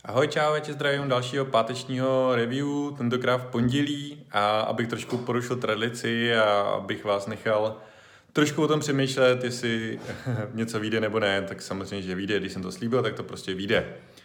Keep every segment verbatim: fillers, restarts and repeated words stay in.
Ahoj, čau, já tě zdravím u dalšího pátečního review, tentokrát v pondělí, a abych trošku porušil tradici a abych vás nechal trošku o tom přemýšlet, jestli něco vyjde nebo ne, tak samozřejmě, že vyjde, když jsem to slíbil, tak to prostě vyjde.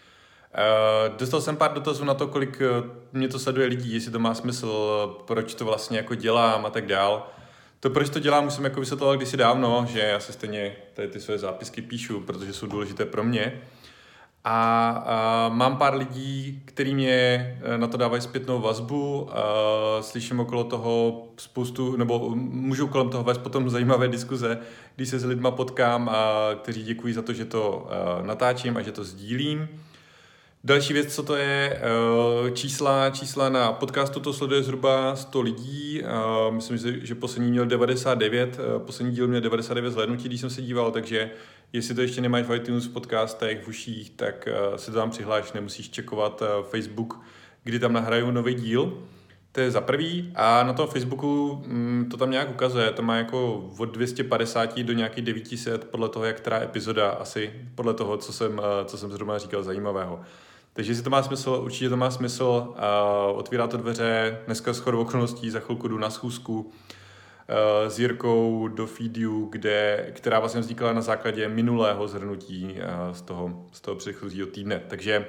Uh, dostal jsem pár dotazů na to, kolik mě to sleduje lidí, jestli to má smysl, proč to vlastně jako dělám a tak dál. To, proč to dělám, už jsem jako vysvětloval kdysi dávno, že já se stejně tady ty své zápisky píšu, protože jsou důležité pro mě. A, a mám pár lidí, kteří mě na to dávají zpětnou vazbu, a slyším okolo toho spoustu, nebo můžu kolem toho vést potom zajímavé diskuze, když se s lidma potkám, a kteří děkují za to, že to natáčím a že to sdílím. Další věc, co to je, čísla, čísla na podcastu to sleduje zhruba sto lidí, myslím, že poslední měl devadesát devět, poslední díl měl devadesát devět zhlédnutí, když jsem se díval, takže jestli to ještě nemají v iTunes v podcastech, v uších, tak se to tam přihláš, nemusíš čekovat Facebook, kdy tam nahraju nový díl. To je za prvý, a na tom Facebooku to tam nějak ukazuje, to má jako od dvě stě padesát do nějaký devět set, podle toho, jak která epizoda, asi podle toho, co jsem, co jsem zrovna říkal zajímavého. Takže jestli to má smysl, určitě to má smysl, uh, otvírá to dveře, dneska shodou okolností, za chvilku jdu na schůzku uh, s Jirkou do Feedu, kde, která vlastně vznikla na základě minulého shrnutí uh, z toho, z toho předchozího týdne. Takže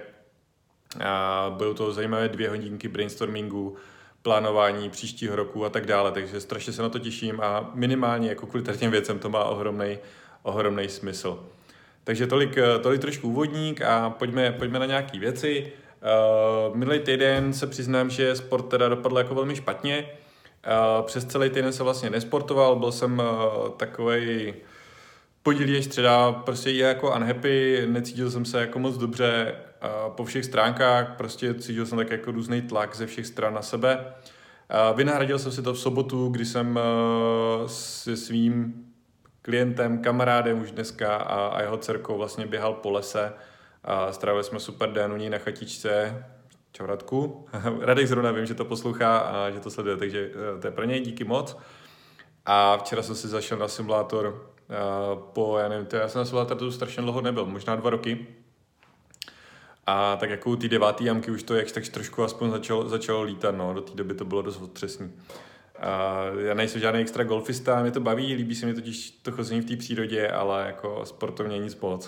uh, budou to zajímavé dvě hodinky brainstormingu, plánování příštího roku a tak dále, takže strašně se na to těším a minimálně jako kvůli těm věcem to má ohromnej, ohromnej smysl. Takže tolik, tolik trošku úvodník a pojďme, pojďme na nějaké věci. Uh, minulý týden se přiznám, že sport teda dopadl jako velmi špatně. Uh, přes celý týden se vlastně nesportoval, byl jsem uh, takovej pondělí až středa, prostě jako unhappy, necítil jsem se jako moc dobře uh, po všech stránkách, prostě cítil jsem tak jako různý tlak ze všech stran na sebe. Uh, vynahradil jsem si to v sobotu, kdy jsem uh, se svým klientem, kamarádem už dneska a, a jeho dcerkou vlastně běhal po lese a strávili jsme super den u něj na chatičce. Čau Radku. Radek zrovna vím, že to poslouchá a že to sleduje, takže to je pro něj, díky moc. A včera jsem si zašel na simulátor po, já nevím, to já jsem na simulátoru strašně dlouho nebyl, možná dva roky. A tak jako u té devátý jamky už to jakž tak trošku aspoň začalo, začalo lítat, no, do té doby to bylo dost otřesný. Uh, já nejsem žádný extra golfista, mě to baví, líbí se mi totiž to chození v té přírodě, ale jako sportovně nic moc.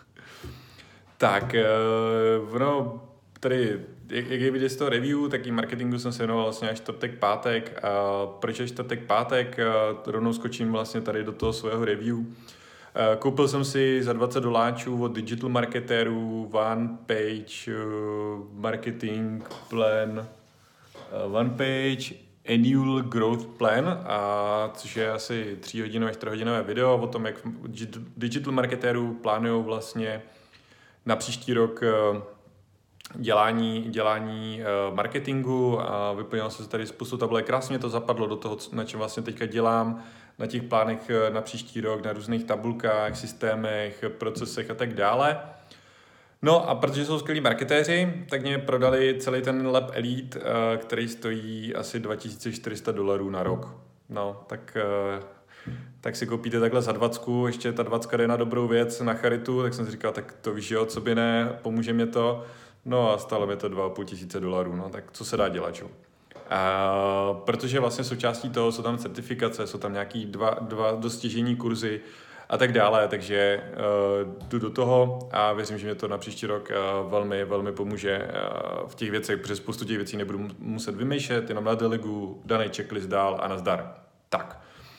Tak, uh, no, tady, jak, jak je vidět z toho review, tak i marketingu jsem se věnoval vlastně až čtvrtek, pátek. Uh, proč je čtvrtek, pátek? Uh, rovnou skočím vlastně tady do toho svého review. Uh, koupil jsem si za dvacet doláčů od digital marketérů One Page uh, Marketing Plan, uh, One Page Annual Growth Plan, a což je asi tříhodinové, čtyřhodinové video o tom, jak digital marketérů plánují vlastně na příští rok dělání, dělání marketingu, a vyplnil jsem se tady spoustu tabulek. Krásně to zapadlo do toho, na čem vlastně teďka dělám, na těch plánech na příští rok, na různých tabulkách, systémech, procesech a tak dále. No a protože jsou skvělí marketéři, tak mě prodali celý ten Lab Elite, který stojí asi dva tisíce čtyři sta dolarů na rok. No, tak, tak si koupíte takhle za dvacku, ještě ta dvacka jde na dobrou věc, na charitu, tak jsem si říkal, tak to víš, jo, co by ne, pomůže mě to. No a stálo mi to dva a půl tisíce dolarů, no tak co se dá dělat, čo? A protože vlastně součástí toho jsou tam certifikace, jsou tam nějaký dva, dva dostěžení kurzy a tak dále, takže uh, jdu do toho a věřím, že mě to na příští rok uh, velmi, velmi pomůže uh, v těch věcech, protože spoustu těch věcí nebudu muset vymýšlet, jenom na delegu, daný checklist dál a nazdar. Tak.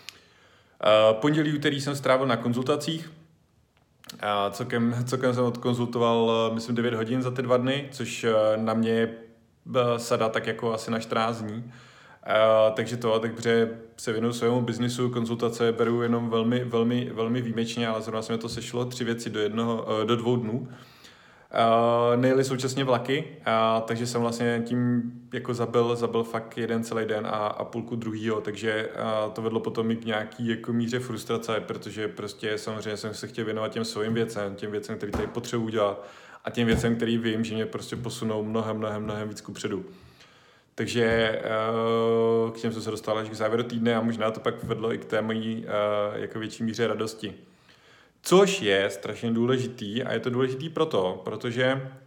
Uh, pondělí, úterý jsem strávil na konzultacích. Uh, celkem, celkem jsem odkonzultoval, uh, myslím, devět hodin za ty dva dny, což uh, na mě uh, sada tak jako asi na čtrnáct dní. Uh, takže to, takže se věnuju svému biznisu, konzultace beru jenom velmi, velmi, velmi výjimečně, ale zrovna se mi to sešlo tři věci do jednoho, uh, do dvou dnů. Uh, nejeli současně vlaky, uh, takže jsem vlastně tím jako zabil, zabil fakt jeden celý den a, a půlku druhýho, takže uh, to vedlo potom i k nějaký jako míře frustrace, protože prostě samozřejmě jsem se chtěl věnovat těm svým věcem, těm věcem, který tady potřebuji dělat, a těm věcem, který vím, že mě prostě posunou mnohem, mnohem, mnohem víc kupředu. Takže uh, k těm jsem se dostal až k závěru týdne a možná to pak vedlo i k té mojí uh, jako větší míře radosti. Což je strašně důležitý, a je to důležitý proto, protože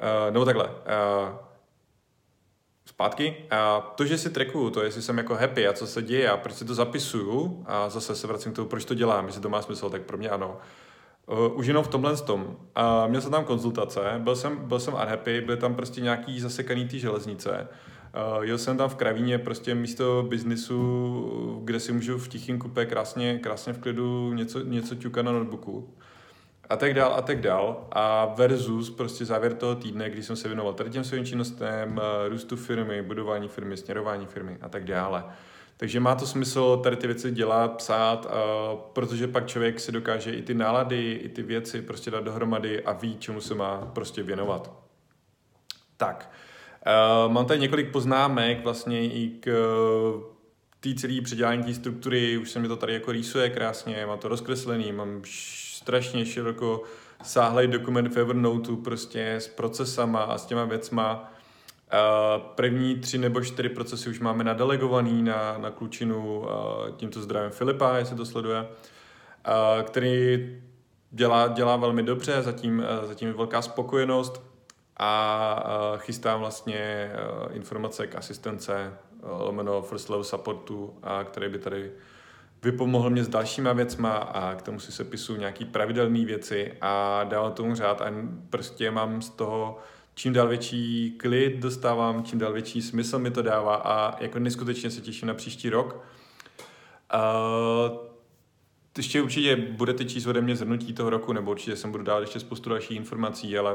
Uh, nebo takhle. Uh, zpátky. A to, že si trackuju, to jestli jsem jako happy a co se děje a proč si to zapisuju a zase se vracím k tomu, proč to dělám, jestli to má smysl, tak pro mě ano. Uh, už jenom v tomhle tom. A měl jsem tam konzultace, byl jsem, byl jsem unhappy, byly tam prostě nějaký zasekaný ty železnice. Uh, jel jsem tam v kravíně prostě místo biznisu, kde si můžu v tichým kupé krásně, krásně v klidu něco, něco ťukat na notebooku. A tak dál, a tak dál. A versus prostě závěr toho týdne, kdy jsem se věnoval tady těm svým činnostem, růstu firmy, budování firmy, směrování firmy a tak dále. Takže má to smysl tady ty věci dělat, psát, uh, protože pak člověk si dokáže i ty nálady, i ty věci prostě dát dohromady a ví, čemu se má prostě věnovat. Tak, uh, mám tady několik poznámek vlastně i k uh, té celé předělání té struktury, už se mi to tady jako rýsuje krásně, mám to rozkreslený, mám strašně široko sáhlej dokument v Evernoteu prostě s procesama a s těma věcma. První tři nebo čtyři procesy už máme nadelegovaný na, na klučinu, tímto zdravím Filipa, jestli to sleduje, který dělá, dělá velmi dobře, zatím, zatím je velká spokojenost a chystám vlastně informace k asistence lomeno first level supportu, který by tady vypomohl mě s dalšíma věcma a k tomu si sepisuju nějaký pravidelné věci a dávám tomu řád a prostě mám z toho čím dál větší klid dostávám, čím dál větší smysl mi to dává a jako neskutečně se těším na příští rok. Uh, ještě určitě budete číst ode mě zhrnutí toho roku, nebo určitě jsem budu dát ještě spoustu dalších informací, ale uh,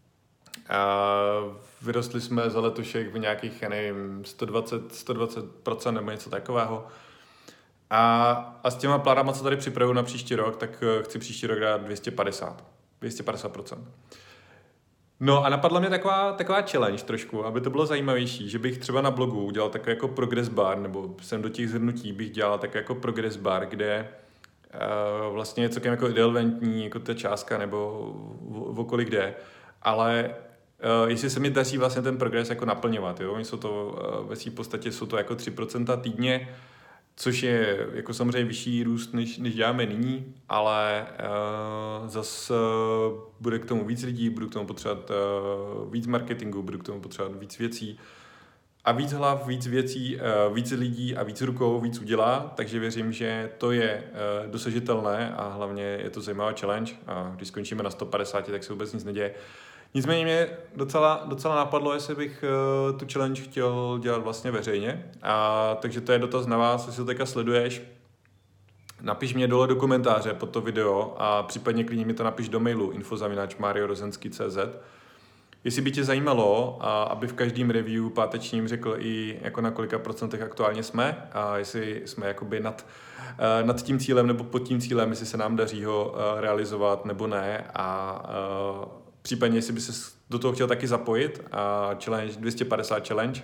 vyrostli jsme za letošek v nějakých, já nevím, sto dvacet procent nebo něco takového. A, a s těma plánama, co tady připravuju na příští rok, tak chci příští rok dát dvě stě padesát procent. No a napadla mě taková, taková challenge trošku, aby to bylo zajímavější, že bych třeba na blogu udělal takový jako progress bar, nebo jsem do těch zhrnutí bych dělal takový jako progress bar, kde uh, vlastně je celkem jako irelevantní jako ta částka nebo v, v okolí kde, ale uh, jestli se mi daří vlastně ten progres jako naplňovat, jo, jsou to uh, ve své podstatě jsou to jako tři procenta týdně, což je jako samozřejmě vyšší růst, než, než děláme nyní, ale uh, zase uh, bude k tomu víc lidí, budu k tomu potřebovat uh, víc marketingu, budu k tomu potřebovat víc věcí a víc hlav, víc věcí, uh, víc lidí a víc rukou, víc udělá, takže věřím, že to je uh, dosažitelné a hlavně je to zajímavá challenge a když skončíme na sto padesát, tak se vůbec nic neděje. Nicméně mě docela, docela napadlo, jestli bych uh, tu challenge chtěl dělat vlastně veřejně. A, takže to je dotaz na vás, jestli to teďka sleduješ. Napiš mě dole do komentáře pod to video a případně klidně mi to napiš do mailu info zavináč mario rozenský tečka cé zet. Jestli by tě zajímalo, a aby v každém review pátečním řekl i jako na kolika procentech aktuálně jsme a jestli jsme jakoby nad, uh, nad tím cílem nebo pod tím cílem, jestli se nám daří ho uh, realizovat nebo ne a uh, případně, jestli by se do toho chtěl taky zapojit, a challenge dvě stě padesát challenge,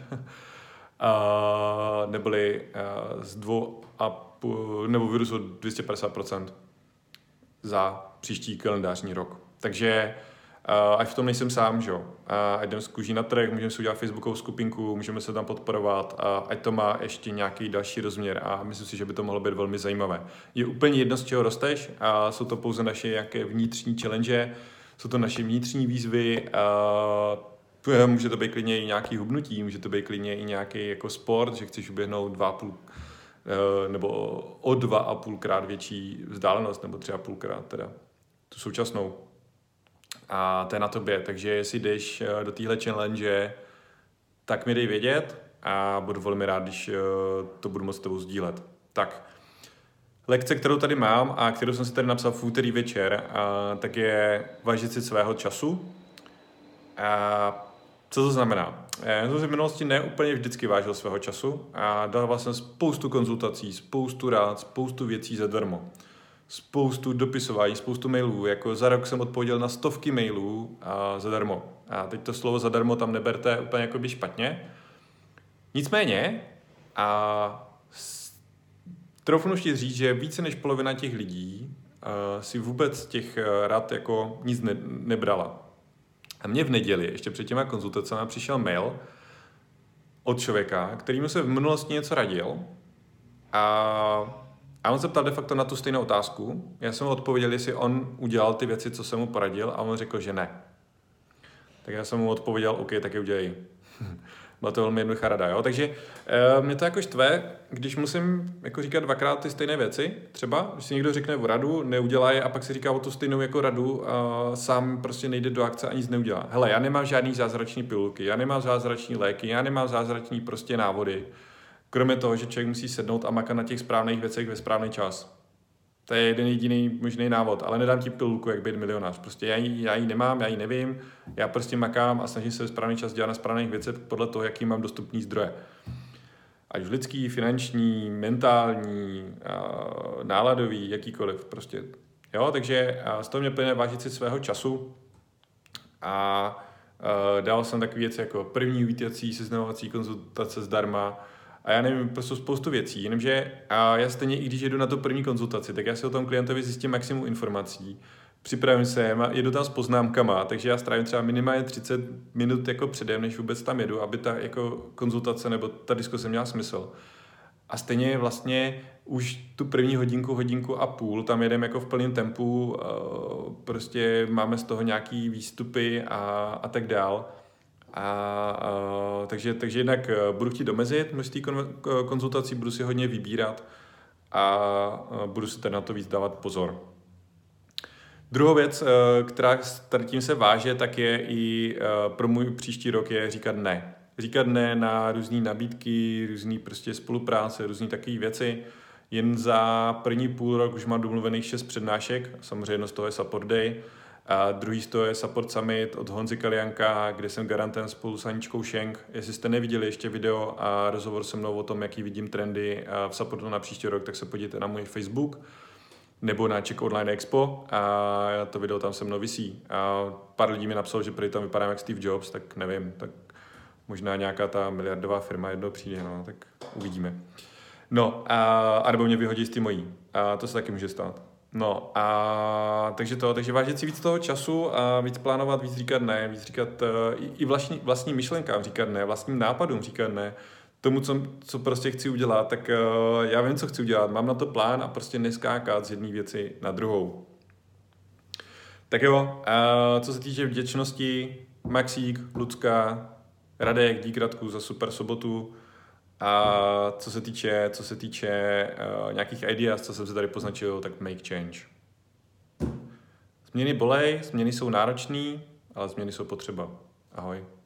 a neboli a z dvou a půl, nebo vyrůst o dvě stě padesát procent za příští kalendářní rok. Takže a ať v tom nejsem sám, že jo. A ať jdem z kůží na trh, můžeme si udělat facebookovou skupinku, můžeme se tam podporovat a ať to má ještě nějaký další rozměr a myslím si, že by to mohlo být velmi zajímavé. Je úplně jedno, z čeho rosteš a jsou to pouze naše nějaké vnitřní challenge. Jsou to naše vnitřní výzvy, uh, může to být klidně i nějaký hubnutí, může to být klidně i nějaký jako sport, že chceš uběhnout dva a půl, uh, nebo o dva a půlkrát větší vzdálenost, nebo tři a půlkrát teda tu současnou. A to je na tobě, takže jestli jdeš do téhle challenge, tak mi dej vědět a budu velmi rád, když uh, to budu moct s tebou sdílet. Tak. Lekce, kterou tady mám a kterou jsem si tady napsal v úterý večer, a, tak je vážit si svého času. A co to znamená? Já jsem si v minulosti neúplně vždycky vážil svého času a dával jsem spoustu konzultací, spoustu rád, spoustu věcí zadarmo. Spoustu dopisování, spoustu mailů. Jako za rok jsem odpověděl na stovky mailů a zadarmo. A teď to slovo zadarmo tam neberte úplně jako by špatně. Nicméně a troufnu ti říct, že více než polovina těch lidí uh, si vůbec těch uh, rad jako nic ne- nebrala. A mně v neděli, ještě před těma konzultacemi, přišel mail od člověka, kterýmu se v minulosti něco radil a, a on se ptal de facto na tu stejnou otázku. Já jsem mu odpověděl, jestli on udělal ty věci, co jsem mu poradil a on řekl, že ne. Tak já jsem mu odpověděl, OK, tak je udělej. Byla to velmi jednoduchá rada, jo. Takže uh, mě to jako štve, když musím jako říkat dvakrát ty stejné věci, třeba, když si někdo řekne v radu, neudělá je a pak si říká o tu stejnou jako radu a sám prostě nejde do akce a nic neudělá. Hele, já nemám žádný zázrační pilulky, já nemám zázrační léky, já nemám zázrační prostě návody. Kromě toho, že člověk musí sednout a makat na těch správných věcech ve správný čas. To je jeden jediný možný návod, ale nedám ti pilulku, jak být milionář. Prostě já ji, já ji nemám, já ji nevím, já prostě makám a snažím se ve správný čas dělat na správných věcech podle toho, jaký mám dostupný zdroje. Ať už lidský, finanční, mentální, náladový, jakýkoliv. Prostě. Jo, takže z toho mě plyne vážit si svého času a dal jsem takové věci jako první uvítací, seznamovací konzultace zdarma, a já nevím, prostě spoustu věcí, jenomže a já stejně, i když jedu na tu první konzultaci, tak já si o tom klientovi zjistím maximum informací, připravím se, jedu tam s poznámkama, takže já strávím třeba minimálně třicet minut jako předem, než vůbec tam jedu, aby ta jako konzultace nebo ta diskuse měla smysl. A stejně vlastně už tu první hodinku, hodinku a půl tam jedeme jako v plném tempu, prostě máme z toho nějaký výstupy a, a tak dál. A, a, takže, takže jednak budu chtít omezit množství konzultací, budu si hodně vybírat a budu si tady na to víc dávat pozor. Druhou věc, která s tím se váže, tak je i pro můj příští rok, je říkat ne. Říkat ne na různé nabídky, různé prostě spolupráce, různé takové věci. Jen za první půl rok už mám domluvených šest přednášek, samozřejmě jedno z toho je Support Day, a druhý z toho je Support Summit od Honzy Kalianka, kde jsem garantem spolu s Aničkou Šenk. Jestli jste neviděli ještě video a rozhovor se mnou o tom, jaký vidím trendy v supportu na příští rok, tak se podívejte na můj Facebook nebo na Czech Online Expo a to video tam se mnou visí. A pár lidí mi napsalo, že prý tam vypadám jak Steve Jobs, tak nevím, tak možná nějaká ta miliardová firma jednou přijde, no, tak uvidíme. No, a, a nebo mě vyhodí z ty mojí. A to se taky může stát. No a takže to, takže vážit si víc toho času a víc plánovat, víc říkat ne, víc říkat uh, i, i vlastní, vlastním myšlenkám říkat ne, vlastním nápadům říkat ne, tomu, co, co prostě chci udělat, tak uh, já vím, co chci udělat, mám na to plán a prostě neskákat z jedné věci na druhou. Tak jo, uh, co se týče vděčnosti, Maxík, Lucka, Radek, dík Radku za super sobotu. A co se týče, co se týče uh, nějakých ideas, co jsem se tady poznačil, tak make change. Změny bolej, změny jsou náročný, ale změny jsou potřeba. Ahoj.